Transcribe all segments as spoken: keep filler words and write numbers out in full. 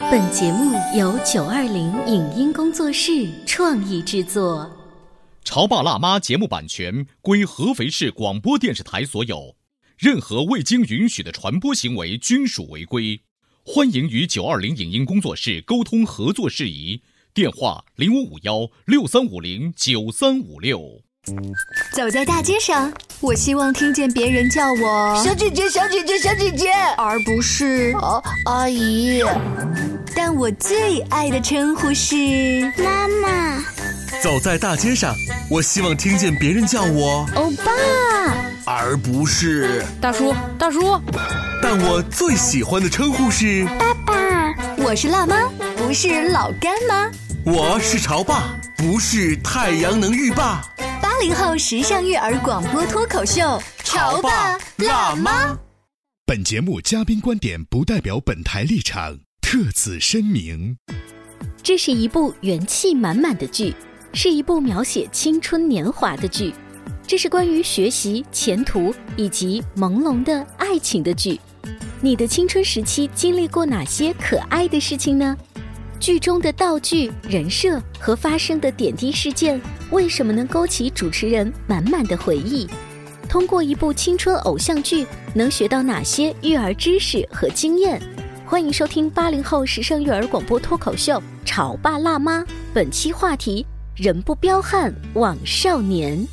本节目由九二零影音工作室创意制作。 潮爸辣妈节目版权归合肥市广播电视台所有，任何未经允许的传播行为均属违规。欢迎与九二零影音工作室沟通合作事宜，电话零五五幺六三五零九三五六。 走在大街上，我希望听见别人叫我小姐姐小姐姐小姐姐， 而不是哦阿姨。 但我最爱的称呼是妈妈。 走在大街上，我希望听见别人叫我欧巴， 而不是大叔大叔。 但我最喜欢的称呼是爸爸。 我是辣妈，不是老干妈。 我是潮爸，不是太阳能浴霸。 八零后时尚育儿广播脱口秀，潮爸辣妈。 本节目嘉宾观点不代表本台立场，特此声明。 这是一部元气满满的剧，是一部描写青春年华的剧，这是关于学习、前途以及朦胧的爱情的剧。你的青春时期经历过哪些可爱的事情呢？剧中的道具、人设和发生的点滴事件，为什么能勾起主持人满满的回忆？通过一部青春偶像剧，能学到哪些育儿知识和经验？欢迎收听八零后时尚育儿广播脱口秀《潮爸辣妈》，本期话题：人不彪悍枉少年。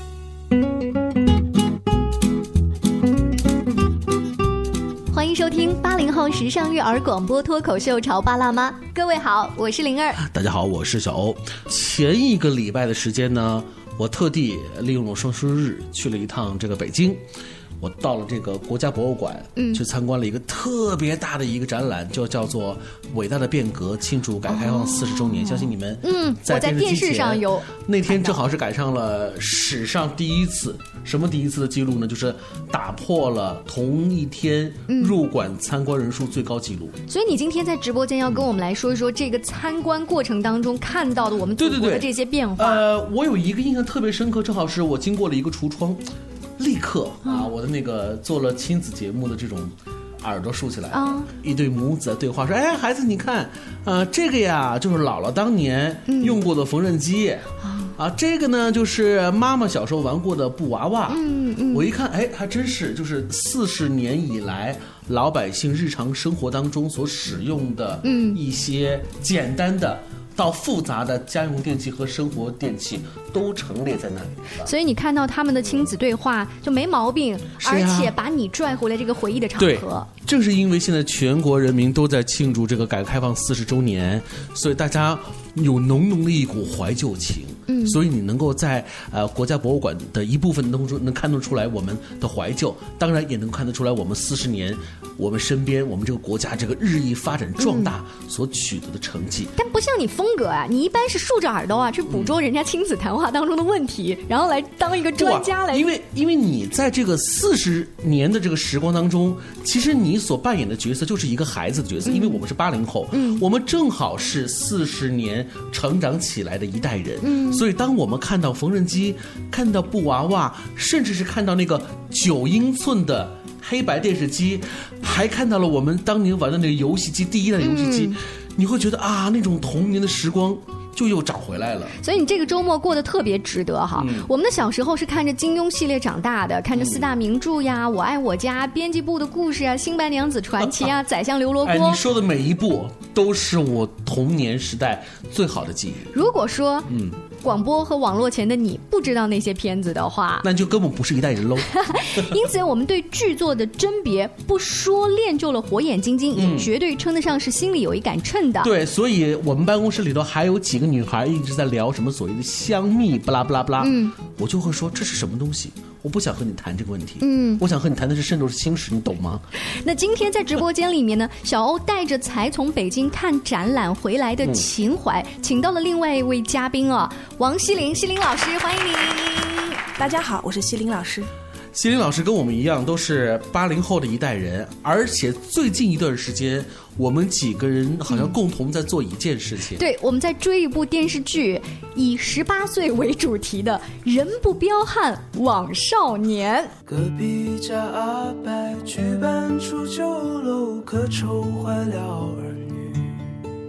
欢迎收听八零后时尚育儿广播脱口秀《潮爸辣妈》，各位好，我是灵儿。 大家好，我是小欧。前一个礼拜的时间呢，我特地利用了双休日去了一趟这个北京。我到了这个国家博物馆，嗯，去参观了一个特别大的一个展览，就叫做“伟大的变革，庆祝改革开放四十周年”。相信你们， 嗯，我在电视上有。 那天正好是赶上了史上第一次，什么第一次的记录呢？就是打破了同一天入馆参观人数最高纪录。 所以你今天在直播间要跟我们来说一说这个参观过程当中看到的我们祖国的这些变化。 对对对呃，我有一个印象特别深刻，正好是我经过了一个橱窗。立刻啊，我的那个做了亲子节目的这种耳朵竖起来，啊、一对母子对话说：“哎，孩子，你看，呃，这个呀，就是姥姥当年用过的缝纫机，嗯、啊，这个呢，就是妈妈小时候玩过的布娃娃。嗯嗯，我一看，哎，还真是，就是四十年以来老百姓日常生活当中所使用的一些简单的。到复杂的家用电器和生活电器都陈列在那里， 所以你看到他们的亲子对话就没毛病，啊、而且把你拽回来这个回忆的场合。 正是因为现在全国人民都在庆祝这个改革开放四十周年，所以大家有浓浓的一股怀旧情。嗯，所以你能够在呃国家博物馆的一部分当中能看得出来我们的怀旧，当然也能看得出来我们四十年我们身边我们这个国家这个日益发展壮大所取得的成绩。嗯、 但不像你风格啊，你一般是竖着耳朵啊去捕捉人家亲子谈话当中的问题，嗯、然后来当一个专家来。 因为因为你在这个四十年的这个时光当中，其实你所扮演的角色就是一个孩子的角色，嗯、因为我们是八零后，嗯，我们正好是四十年成长起来的一代人，嗯，所以当我们看到缝纫机，看到布娃娃，甚至是看到那个九英寸的黑白电视机，还看到了我们当年玩的那个游戏机，第一代游戏机，嗯、你会觉得啊，那种童年的时光就又找回来了。 所以你这个周末过得特别值得哈。嗯、我们的小时候是看着金庸系列长大的，看着四大名著呀，嗯、我爱我家、编辑部的故事啊，新白娘子传奇啊，宰相刘罗锅。 哎，你说的每一部都是我童年时代最好的记忆。 如果说，嗯。广播和网络前的你不知道那些片子的话， 那就根本不是一代人喽。 因此我们对剧作的甄别不说练就了火眼金睛，嗯、也绝对称得上是心里有一杆秤的。 对，所以我们办公室里头还有几个女孩一直在聊什么所谓的香蜜不拉不拉不拉，嗯，我就会说这是什么东西，我不想和你谈这个问题，嗯，我想和你谈的是《圣斗士星矢》，你懂吗？ 那今天在直播间里面呢，小欧带着才从北京看展览回来的情怀，嗯、请到了另外一位嘉宾啊，王希林，希林老师，欢迎你。 大家好，我是希林老师。 希林老师跟我们一样都是八零后的一代人，而且最近一段时间我们几个人好像共同在做一件事情。 嗯、对，我们在追一部电视剧，以十八岁为主题的《人不彪悍枉少年》。 隔壁家阿伯举办出酒楼，可愁坏了儿女。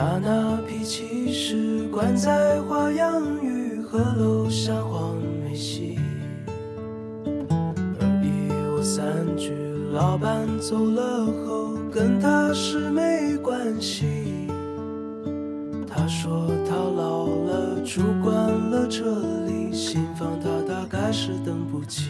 他那脾气是惯在花样与和楼下黄梅戏，而以我三句老板走了后跟他是没关系。他说他老了住惯了这里，新房他大概是等不起。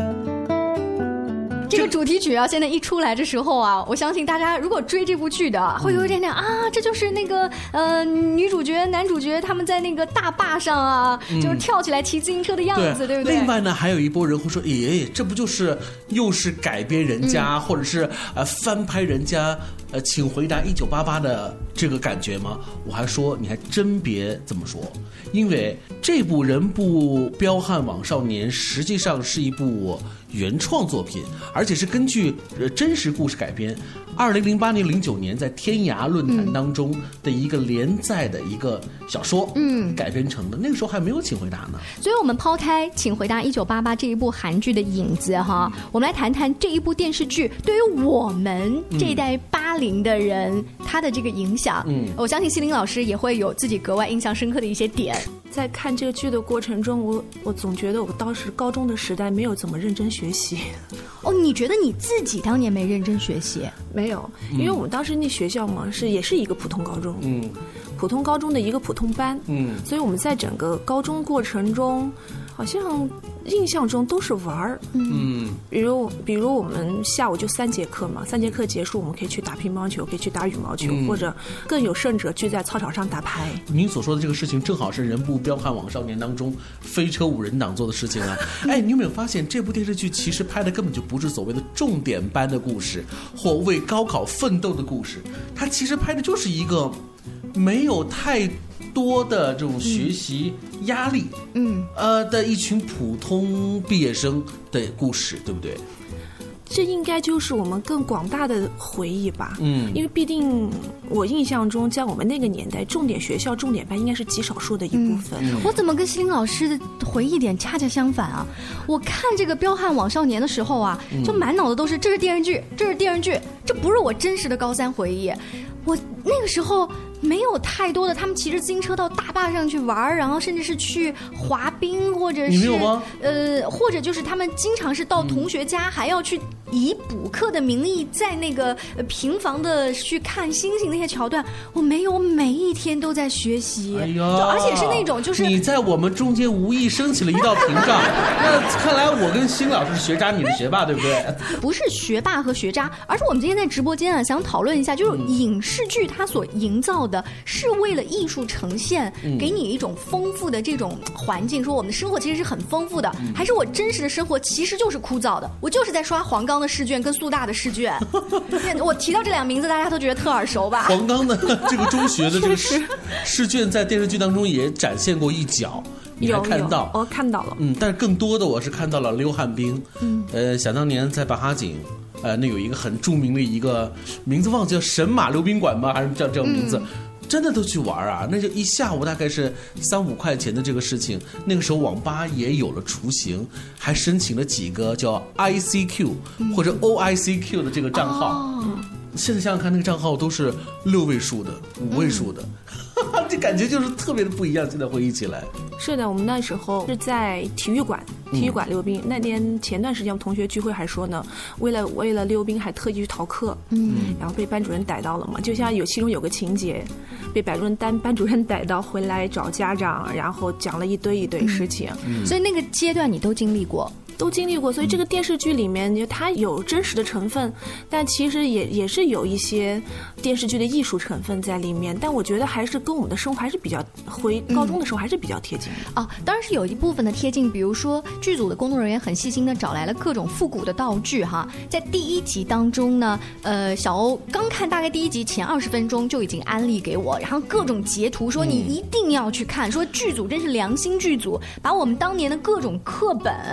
这个主题曲啊，现在一出来的时候啊，我相信大家如果追这部剧的，会有一点点啊，这就是那个呃女主角、男主角他们在那个大坝上啊，嗯、就是跳起来骑自行车的样子， 对, 对不对？ 另外呢，还有一波人会说，耶，这不就是又是改编人家，嗯、或者是呃翻拍人家呃，请回答一九八八的这个感觉吗？我还说，你还真别这么说，因为这部《人不彪悍枉少年》实际上是一部原创作品，而且是根据呃真实故事改编。二零零八年、零九年在天涯论坛当中的一个连载的一个小说，嗯，改编成的。那个时候还没有《请回答》呢。 所以我们抛开《请回答一九八八》这一部韩剧的影子哈，嗯、我们来谈谈这一部电视剧对于我们这一代八零的人、嗯、它的这个影响。嗯，我相信希林老师也会有自己格外印象深刻的一些点。 在看这个剧的过程中，我我总觉得我当时高中的时代没有怎么认真学习。 哦，你觉得你自己当年没认真学习？ 没有，因为我们当时那学校嘛，是也是一个普通高中，嗯，普通高中的一个普通班，嗯，所以我们在整个高中过程中，好像印象中都是玩儿，嗯，比如比如我们下午就三节课嘛，三节课结束，我们可以去打乒乓球，可以去打羽毛球，嗯、或者更有甚者聚在操场上打牌。 您所说的这个事情，正好是《人不彪悍枉少年》当中飞车五人党做的事情啊！哎，你有没有发现这部电视剧其实拍的根本就不是所谓的重点班的故事，或为高考奋斗的故事，它其实拍的就是一个没有太多的这种学习压力，嗯，呃的一群普通毕业生的故事，对不对？ 这应该就是我们更广大的回忆吧，嗯，因为必定我印象中，在我们那个年代，重点学校、重点班应该是极少数的一部分。 嗯、我怎么跟希林老师的回忆点恰恰相反啊？我看这个《彪悍枉少年》的时候啊，就满脑子都是这是电视剧，这是电视剧，这不是我真实的高三回忆。我那个时候没有太多的，他们骑着自行车到大坝上去玩，然后甚至是去滑冰，或者是你没有吗？ 呃，或者就是他们经常是到同学家，还要去以补课的名义在那个平房的去看星星那些桥段。我没有，我每一天都在学习，哎呀，而且是那种就是你在我们中间无意升起了一道屏障。那看来我跟辛老师是学渣，你是学霸，对不对？ 不是学霸和学渣，而是我们今天在直播间啊，想讨论一下，就是影视视剧它所营造的是为了艺术呈现，给你一种丰富的这种环境，说我们的生活其实是很丰富的，还是我真实的生活其实就是枯燥的，我就是在刷黄冈的试卷跟苏大的试卷。我提到这两名字大家都觉得特耳熟吧？ 黄冈的这个中学的这个试试卷在电视剧当中也展现过一角，你还看到？ 我看到了。 嗯，但是更多的我是看到了溜旱冰。嗯，呃，想当年在灞哈井，呃，那有一个很著名的一个名字忘记叫神马溜冰馆吗？还是叫这种名字？嗯，真的都去玩啊！那就一下午大概是三五块钱的这个事情。那个时候网吧也有了雏形，还申请了几个叫 I C Q 或者 O I C Q 的这个账号。哦，现在想想看，那个账号都是六位数的、五位数的。嗯，这感觉就是特别的不一样。现在回忆起来， 是的，我们那时候是在体育馆，体育馆溜冰。嗯，那天前段时间我们同学聚会还说呢，为了为了溜冰还特意去逃课，嗯，然后被班主任逮到了嘛。就像有其中有个情节，被班主任单班主任逮到回来找家长，然后讲了一堆一堆事情。 嗯，所以那个阶段你都经历过。 都经历过，所以这个电视剧里面它有真实的成分，但其实也也是有一些电视剧的艺术成分在里面。但我觉得还是跟我们的生活还是比较，回高中的时候还是比较贴近的。 嗯，哦，当然是有一部分的贴近，比如说剧组的工作人员很细心的找来了各种复古的道具哈。在第一集当中呢，呃，小欧刚看大概第一集前二十分钟就已经安利给我，然后各种截图说你一定要去看，说剧组真是良心剧组，把我们当年的各种课本。嗯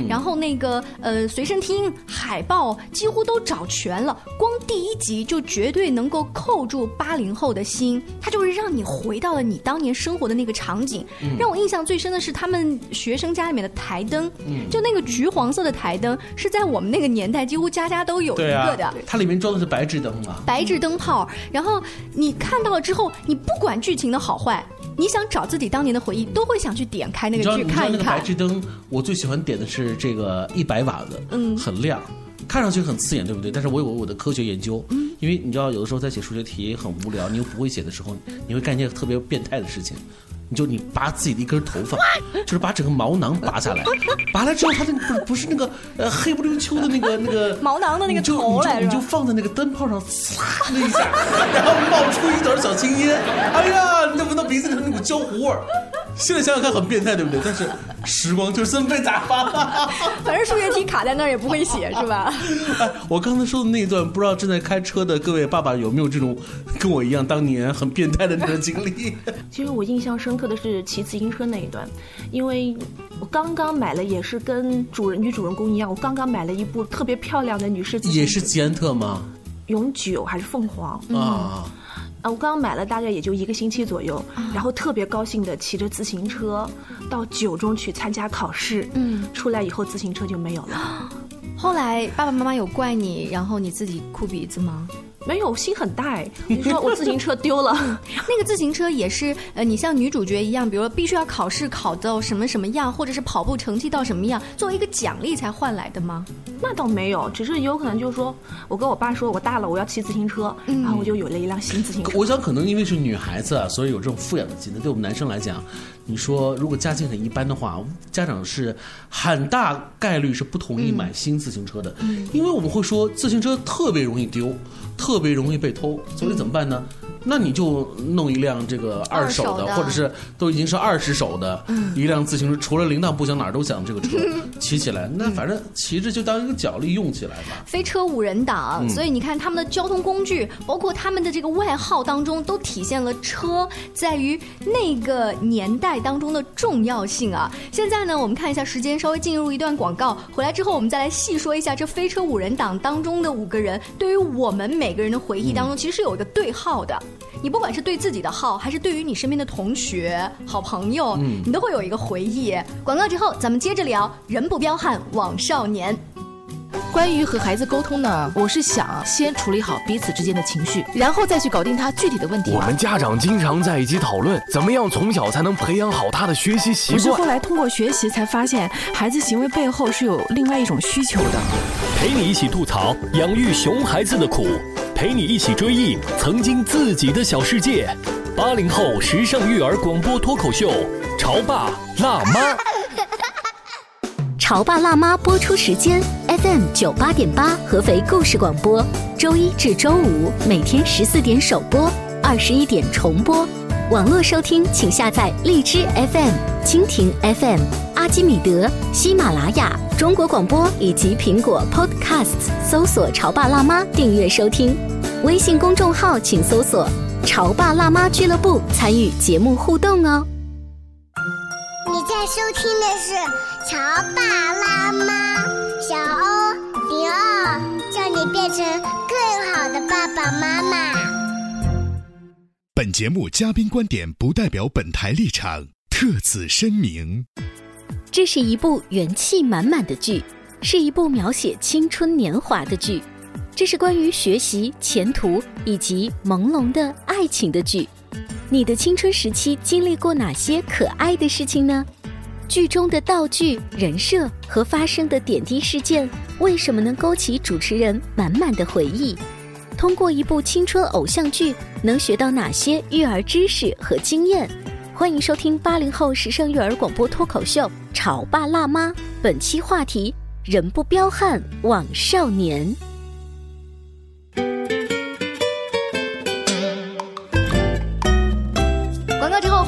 嗯、然后那个呃随身听、海报几乎都找全了，光第一集就绝对能够扣住八零后的心，它就是让你回到了你当年生活的那个场景。嗯、让我印象最深的是他们学生家里面的台灯，嗯、就那个橘黄色的台灯是在我们那个年代几乎家家都有一个的。 啊、它里面装的是白炽灯啊， 白炽灯泡。然后你看到了之后，你不管剧情的好坏，你想找自己当年的回忆，都会想去点开那个剧看一看。 那个白炽灯，我最喜欢点的是这个一百瓦的，嗯，很亮，看上去很刺眼，对不对？但是我有我的科学研究，嗯，因为你知道，有的时候在写数学题很无聊，你又不会写的时候，你会干一件特别变态的事情。你就你拔自己的一根头发，就是把整个毛囊拔下来，拔来之后，它那个不是不是那个呃黑不溜秋的那个那个毛囊的那个头来， 你就放在那个灯泡上，呲的一下，然后冒出一点小青烟，哎呀，你闻到鼻子里的那股焦糊味儿。现在想想看很变态，对不对？但是时光就是这么被打发。 反正数学题卡在那儿也不会写，是吧？ 哎，我刚才说的那一段，不知道正在开车的各位爸爸有没有这种跟我一样当年很变态的那种经历？ 其实我印象深刻的是骑自行车那一段，因为我刚刚买了，也是跟主人女主人公一样，我刚刚买了一部特别漂亮的女士自行车， 也是捷安特吗？ 永久还是凤凰啊？ 啊，我刚刚买了，大概也就一个星期左右，然后特别高兴的骑着自行车到九中去参加考试，嗯，出来以后自行车就没有了。 后来爸爸妈妈有怪你，然后你自己哭鼻子吗？ 没有，心很大。你说我自行车丢了， 那个自行车也是呃，你像女主角一样，比如说必须要考试考到什么什么样，或者是跑步成绩到什么样，作为一个奖励才换来的吗？ 那倒没有，只是有可能就是说我跟我爸说我大了我要骑自行车，嗯、然后我就有了一辆新自行车。 我想可能因为是女孩子啊，所以有这种富养的技能。对我们男生来讲，你说如果家境很一般的话，家长是很大概率是不同意买新自行车的，嗯、因为我们会说自行车特别容易丢，特别容易被偷，所以怎么办呢？那你就弄一辆这个二手的， 二手的或者是都已经是二十手的、嗯、一辆自行车，除了铃铛不响哪儿都响，这个车骑起来，那反正骑着就当一个脚力用起来吧。 飞车五人党、嗯，所以你看他们的交通工具，包括他们的这个外号当中，都体现了车在于那个年代当中的重要性啊。现在呢，我们看一下时间，稍微进入一段广告，回来之后我们再来细说一下这飞车五人党当中的五个人，对于我们每个人的回忆当中，其实是有一个对号的。你不管是对自己的号，还是对于你身边的同学、好朋友，嗯、你都会有一个回忆。广告之后，咱们接着聊人不彪悍枉少年。 关于和孩子沟通呢，我是想先处理好彼此之间的情绪，然后再去搞定他具体的问题。 我们家长经常在一起讨论，怎么样从小才能培养好他的学习习惯。 我是后来通过学习才发现，孩子行为背后是有另外一种需求的。 陪你一起吐槽养育熊孩子的苦，陪你一起追忆曾经自己的小世界。八零后时尚育儿广播脱口秀，潮爸辣妈。 潮爸辣妈播出时间 F M 九八点八合肥故事广播，周一至周五每天十四点首播，二十一点重播。网络收听请下载荔枝 F M、蜻蜓 F M、阿基米德、喜马拉雅、中国广播以及苹果 Podcasts 搜索潮爸辣妈订阅收听。微信公众号请搜索潮爸辣妈俱乐部，参与节目互动哦。 你在收听的是潮爸辣妈，小欧零二，叫你变成更好的爸爸妈妈。 本节目嘉宾观点不代表本台立场，特此声明。 这是一部元气满满的剧，是一部描写青春年华的剧，这是关于学习、前途以及朦胧的爱情的剧。你的青春时期经历过哪些可爱的事情呢？剧中的道具、人设和发生的点滴事件，为什么能勾起主持人满满的回忆？通过一部青春偶像剧，能学到哪些育儿知识和经验？欢迎收听八零后时尚育儿广播脱口秀《潮爸辣妈》，本期话题：人不彪悍枉少年。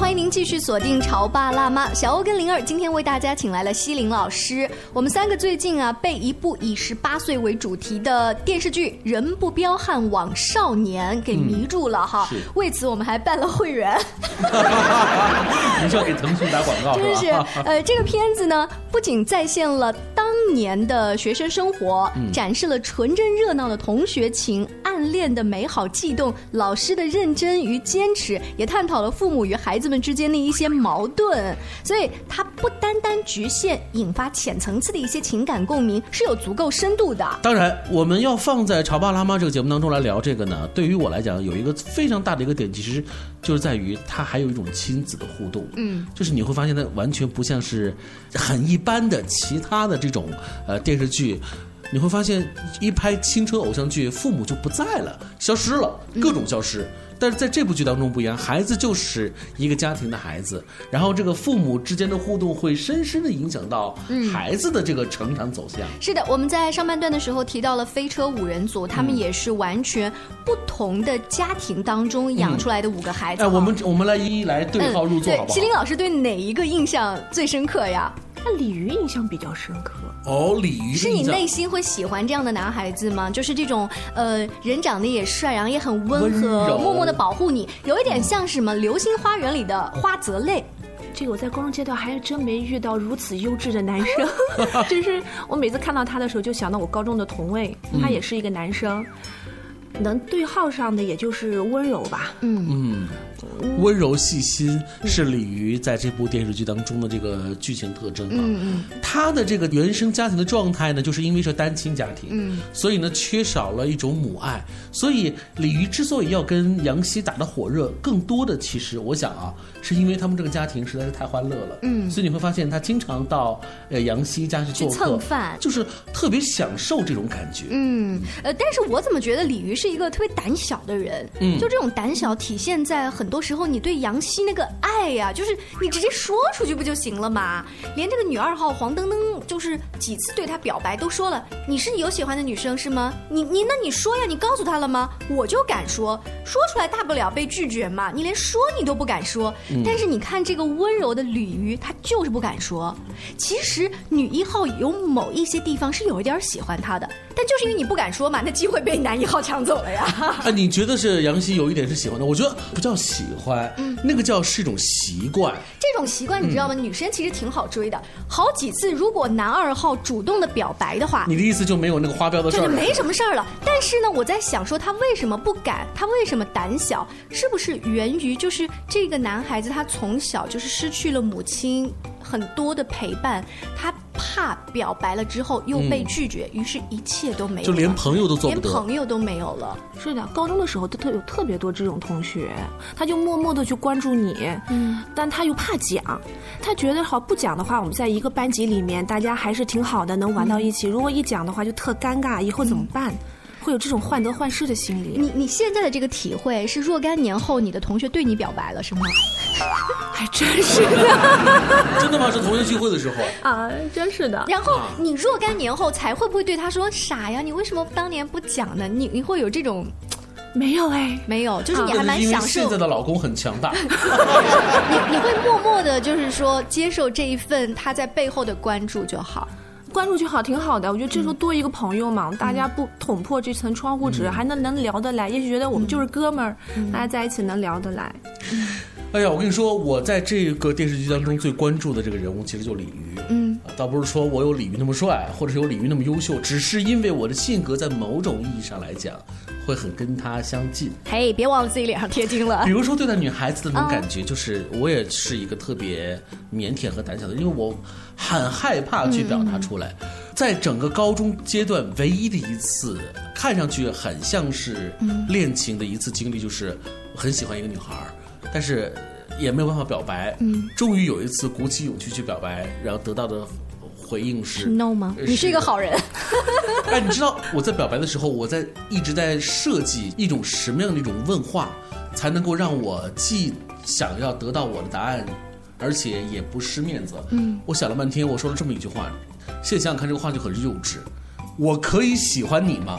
欢迎您继续锁定潮爸辣妈，小欧跟灵儿今天为大家请来了西林老师。我们三个最近啊被一部以十八岁为主题的电视剧《人不彪悍枉少年》给迷住了哈、嗯，为此我们还办了会员。 你就要给腾讯打广告是吧？ 真是，呃，这个片子呢不仅再现了当年的学生生活，嗯、展示了纯真热闹的同学情、暗恋的美好悸动、老师的认真与坚持，也探讨了父母与孩子们之间的一些矛盾，所以它不单单局限引发浅层次的一些情感共鸣，是有足够深度的。 当然，我们要放在潮爸辣妈这个节目当中来聊这个呢，对于我来讲有一个非常大的一个点，其实就是在于它还有一种亲子的互动。嗯，就是你会发现它完全不像是很一般的其他的这种呃电视剧。你会发现一拍青春偶像剧，父母就不在了，消失了，各种消失。嗯，但是在这部剧当中不一样，孩子就是一个家庭的孩子，然后这个父母之间的互动会深深的影响到孩子的这个成长走向。嗯、 是的，我们在上半段的时候提到了飞车五人组，他们也是完全不同的家庭当中养出来的五个孩子。哎、 嗯，我们我们来一一来对号入座，嗯、好不好？ 西林老师对哪一个印象最深刻呀？ 那鲤鱼印象比较深刻哦，鲤鱼是你内心会喜欢这样的男孩子吗？就是这种呃，人长得也帅，然后也很温和，默默的保护你，有一点像什么《流星花园》里的花泽类。 这个我在高中阶段还真没遇到如此优质的男生，就是我每次看到他的时候，就想到我高中的同位，他也是一个男生。能对号上的也就是温柔吧。 嗯嗯，温柔细心是鲤鱼在这部电视剧当中的这个剧情特征啊。嗯嗯，他的这个原生家庭的状态呢，就是因为是单亲家庭，嗯，所以呢缺少了一种母爱，所以鲤鱼之所以要跟杨希打得火热，更多的其实我想啊，是因为他们这个家庭实在是太欢乐了。嗯，所以你会发现他经常到呃杨希家去做客， 去蹭饭， 就是特别享受这种感觉。 嗯，呃，但是我怎么觉得鲤鱼是是一个特别胆小的人，嗯，就这种胆小体现在很多时候你对杨希那个爱呀、啊，就是你直接说出去不就行了吗？连这个女二号黄登登就是几次对他表白都说了，你是有喜欢的女生是吗？你你那你说呀，你告诉他了吗？我就敢说，说出来大不了被拒绝嘛，你连说你都不敢说。嗯、但是你看这个温柔的鲤鱼，他就是不敢说。其实女一号有某一些地方是有一点喜欢他的，但就是因为你不敢说嘛，那机会被男一号抢走了呀。 啊，你觉得是杨希有一点是喜欢的？我觉得不叫喜欢，嗯、那个叫是一种习惯。 这种习惯你知道吗？嗯、女生其实挺好追的。好几次，如果男二号主动的表白的话， 你的意思就没有那个花标的事儿了， 就没什么事儿了。但是呢，我在想说他为什么不敢，他为什么胆小？是不是源于就是这个男孩子他从小就是失去了母亲很多的陪伴，他怕表白了之后又被拒绝，嗯、于是一切都没有了， 就连朋友都做不得， 连朋友都没有了。 是的，高中的时候都特有特别多这种同学，他就默默的去关注你，嗯，但他又怕讲，他觉得好不讲的话，我们在一个班级里面大家还是挺好的，能玩到一起。嗯、如果一讲的话就特尴尬，以后怎么办？嗯会有这种患得患失的心理。 你你现在的这个体会是若干年后你的同学对你表白了是吗？ 还真是的。 真的吗？是同学聚会的时候啊，真是的。 然后你若干年后才会不会对他说傻呀？你为什么当年不讲呢？你你会有这种？ 没有哎， 没有，就是你还蛮享受。 因为现在的老公很强大。 你你会默默的，就是说接受这一份他在背后的关注就好。 关注就好，挺好的。我觉得这时候多一个朋友嘛，嗯、大家不捅破这层窗户纸，嗯、还能能聊得来。也许觉得我们就是哥们儿，嗯、大家在一起能聊得来。 嗯、哎呀，我跟你说，我在这个电视剧当中最关注的这个人物，其实就鲤鱼。嗯，倒不是说我有鲤鱼那么帅，或者是有鲤鱼那么优秀，只是因为我的性格在某种意义上来讲，会很跟他相近。 嘿，别忘了自己脸上贴金了。 比如说对待女孩子的那种感觉，就是我也是一个特别腼腆和胆小的，因为我很害怕去表达出来。嗯、在整个高中阶段，唯一的一次看上去很像是恋情的一次经历，就是我很喜欢一个女孩，但是也没有办法表白。嗯，终于有一次鼓起勇气去表白，然后得到的回应是 no 吗？你是一个好人。 哎，你知道我在表白的时候，我在一直在设计一种什么样的一种问话，才能够让我既想要得到我的答案，而且也不失面子。嗯，我想了半天，我说了这么一句话，现在想想看，这个话就很幼稚。我可以喜欢你吗？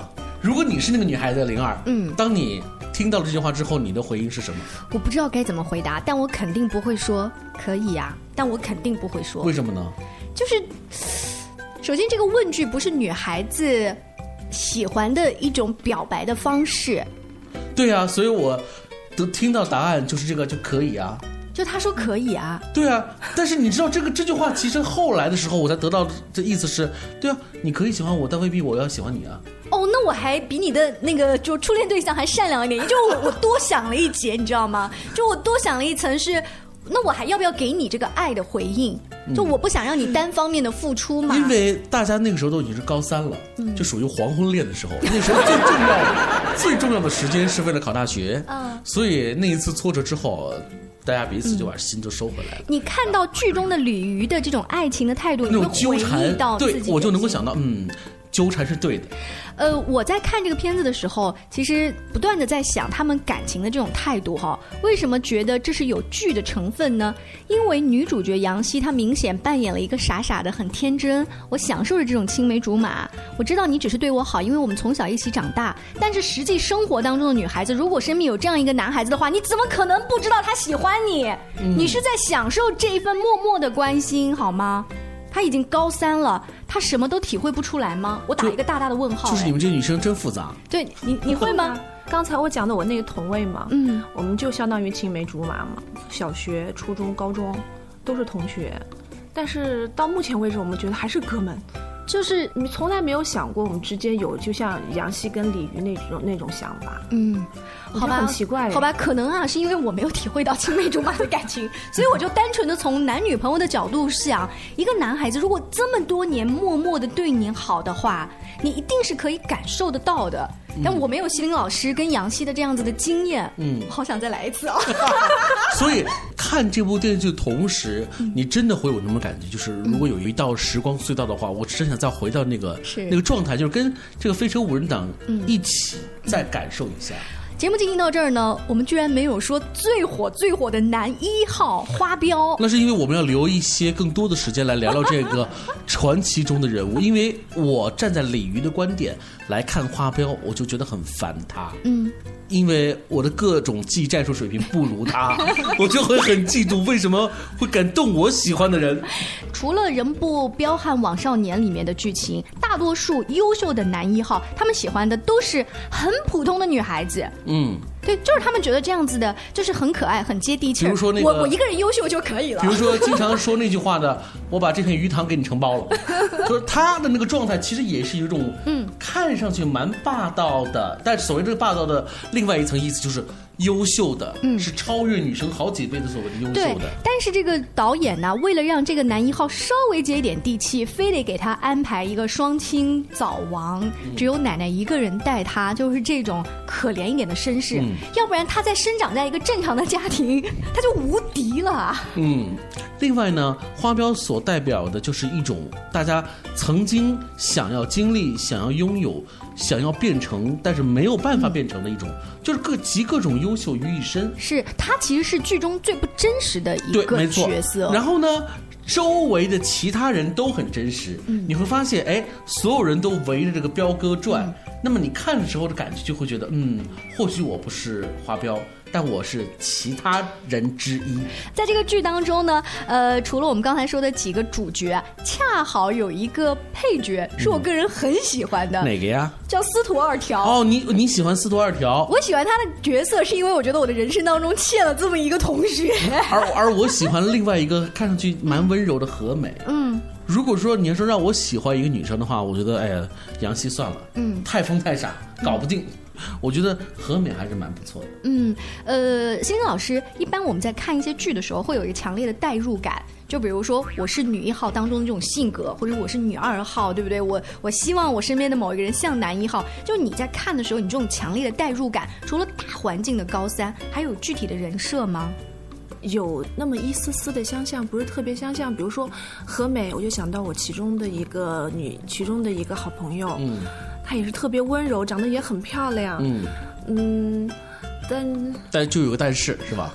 如果你是那个女孩子灵儿， 嗯， 当你听到了这句话之后，你的回应是什么？ 我不知道该怎么回答，但我肯定不会说可以呀、啊，但我肯定不会说。 为什么呢？ 就是首先这个问句不是女孩子喜欢的一种表白的方式。 对啊，所以我都听到答案就是这个就可以啊。 就他说可以啊。 对啊，但是你知道这个这句话其实后来的时候我才得到这意思是，对啊，你可以喜欢我，但未必我要喜欢你啊。 哦，那我还比你的那个就初恋对象还善良一点，就我我多想了一节，你知道吗？就我多想了一层是，那我还要不要给你这个爱的回应？就我不想让你单方面的付出嘛。 因为大家那个时候都已经是高三了，嗯、就属于黄昏恋的时候，那时候最重要的最重要的时间是为了考大学，嗯，所以那一次挫折之后。大家彼此就把心都收回来了。 你看到剧中的鲤鱼的这种爱情的态度，你会回忆到自己， 对，我就能够想到，嗯，纠缠是对的。 呃，我在看这个片子的时候，其实不断的在想他们感情的这种态度哈。为什么觉得这是有剧的成分呢？因为女主角杨希她明显扮演了一个傻傻的、很天真，我享受着这种青梅竹马。我知道你只是对我好，因为我们从小一起长大。但是实际生活当中的女孩子，如果身边有这样一个男孩子的话，你怎么可能不知道他喜欢你？嗯、你是在享受这一份默默的关心，好吗？他已经高三了，他什么都体会不出来吗？我打一个大大的问号。 就是你们这女生真复杂。 对你，你会吗？ 刚才我讲的我那个同位嘛，嗯，我们就相当于青梅竹马嘛，小学、初中、高中都是同学，但是到目前为止，我们觉得还是哥们。就是你从来没有想过我们之间有就像杨希跟鲤鱼那种那种想法， 嗯，好吧， 很奇怪， 好吧，可能啊是因为我没有体会到青梅竹马的感情，所以我就单纯的从男女朋友的角度想，一个男孩子如果这么多年默默的对你好的话，你一定是可以感受得到的。但我没有希林老师跟杨希的这样子的经验，嗯，好想再来一次啊！ 所以看这部电视剧的同时，嗯、你真的会有那种感觉，就是如果有一道时光隧道的话，嗯、我真想再回到那个那个状态，就是跟这个飞车五人党一起再感受一下。嗯嗯节目进行到这儿呢，我们居然没有说最火最火的男一号花彪。 那是因为我们要留一些更多的时间来聊聊这个传奇中的人物。因为我站在鲤鱼的观点来看花彪，我就觉得很烦他。嗯，因为我的各种技战术水平不如他，我就会很嫉妒为什么会感动我喜欢的人。 除了人不彪悍往少年里面的剧情，大多数优秀的男一号，他们喜欢的都是很普通的女孩子。嗯，对，就是他们觉得这样子的，就是很可爱、很接地气。 比如说那个， 我我一个人优秀就可以了。 比如说，经常说那句话的，我把这片鱼塘给你承包了，就是他的那个状态，其实也是一种，嗯，看上去蛮霸道的，但所谓这个霸道的另外一层意思就是优秀的，嗯，是超越女生好几倍的所谓的优秀的。 但是这个导演呢，为了让这个男一号稍微接一点地气，非得给他安排一个双亲早亡，嗯、只有奶奶一个人带他，就是这种可怜一点的身世。嗯、要不然他在生长在一个正常的家庭，他就无敌了。 嗯，另外呢，花彪所代表的就是一种大家曾经想要经历、想要拥有、想要变成，但是没有办法变成的一种，嗯、就是各集各种优秀于一身。 是他其实是剧中最不真实的一个角色。 然后呢，周围的其他人都很真实，嗯、你会发现，哎，所有人都围着这个彪哥转。嗯、那么你看的时候的感觉就会觉得，嗯，或许我不是花彪，但我是其他人之一。 在这个剧当中呢，呃，除了我们刚才说的几个主角，恰好有一个配角是我个人很喜欢的。 嗯、哪个呀？ 叫司徒二条。 哦，你你喜欢司徒二条？ 我喜欢他的角色，是因为我觉得我的人生当中欠了这么一个同学。 而而我喜欢另外一个看上去蛮温柔的何美。嗯。如果说你要说让我喜欢一个女生的话，我觉得哎呀，杨希算了，嗯，太疯太傻，搞不定。嗯我觉得何美还是蛮不错的。 嗯，呃，欣欣老师，一般我们在看一些剧的时候，会有一个强烈的代入感。就比如说，我是女一号当中的这种性格，或者我是女二号，对不对？我我希望我身边的某一个人像男一号。就你在看的时候，你这种强烈的代入感，除了大环境的高三，还有具体的人设吗？ 有那么一丝丝的相像，不是特别相像。比如说何美，我就想到我其中的一个女，其中的一个好朋友，嗯，她也是特别温柔，长得也很漂亮，嗯嗯，但但就有个但是，是吧？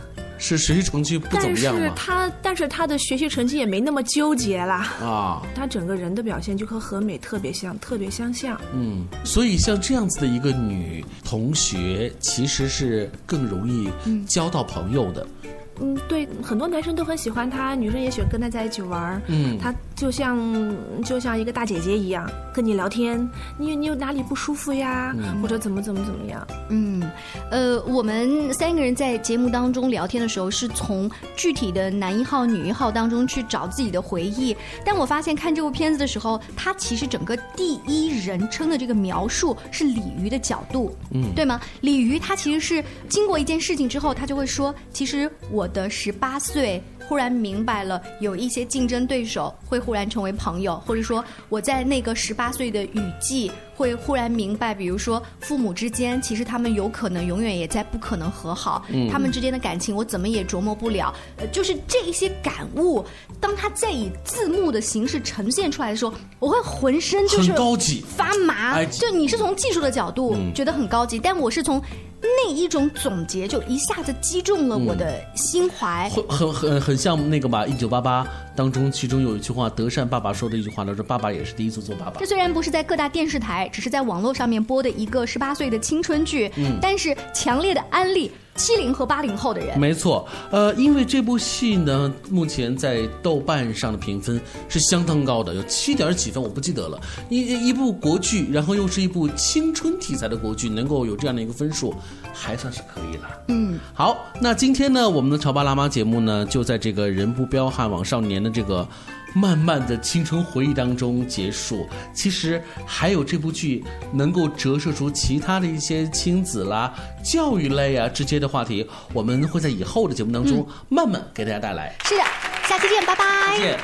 是学习成绩不怎么样嘛。但是他，但是他的学习成绩也没那么纠结啦啊。他整个人的表现就和何美特别像，特别相像。 嗯，所以像这样子的一个女同学，其实是更容易交到朋友的。 嗯，对，很多男生都很喜欢她，女生也喜欢跟她在一起玩。嗯，她就像就像一个大姐姐一样，跟你聊天，你你有哪里不舒服呀？嗯、或者怎么怎么怎么样？ 嗯，呃，我们三个人在节目当中聊天的时候，是从具体的男一号、女一号当中去找自己的回忆。但我发现看这部片子的时候，它其实整个第一人称的这个描述是鲤鱼的角度，嗯，对吗？鲤鱼它其实是经过一件事情之后，他就会说，其实我。我的十八岁忽然明白了，有一些竞争对手会忽然成为朋友，或者说我在那个十八岁的雨季会忽然明白，比如说父母之间其实他们有可能永远也在不可能和好，嗯、他们之间的感情我怎么也琢磨不了，呃，就是这一些感悟，当他再以字幕的形式呈现出来的时候，我会浑身就是很高级发麻。就你是从技术的角度觉得很高级，嗯、但我是从那一种总结就一下子击中了我的心怀， 嗯、很很很像那个吧，一九八八当中，其中有一句话，德善爸爸说的一句话，他说：“爸爸也是第一次做爸爸。” 这虽然不是在各大电视台，只是在网络上面播的一个十八岁的青春剧，嗯，但是强烈的安利七零和八零后的人。 没错，呃，因为这部戏呢，目前在豆瓣上的评分是相当高的，有七点几分，我不记得了。一一部国剧，然后又是一部青春题材的国剧，能够有这样的一个分数，还算是可以了。嗯，好，那今天呢，我们的潮爸辣妈节目呢，就在这个人不彪悍枉少年的这个漫漫的青春回忆当中结束。其实还有这部剧能够折射出其他的一些亲子啦、教育类啊之间的话题，我们会在以后的节目当中慢慢给大家带来。 嗯、是的，下期见，拜拜。 再见。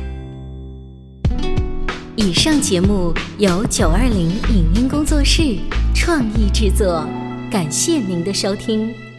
以上节目由九二零影音工作室创意制作，感谢您的收听。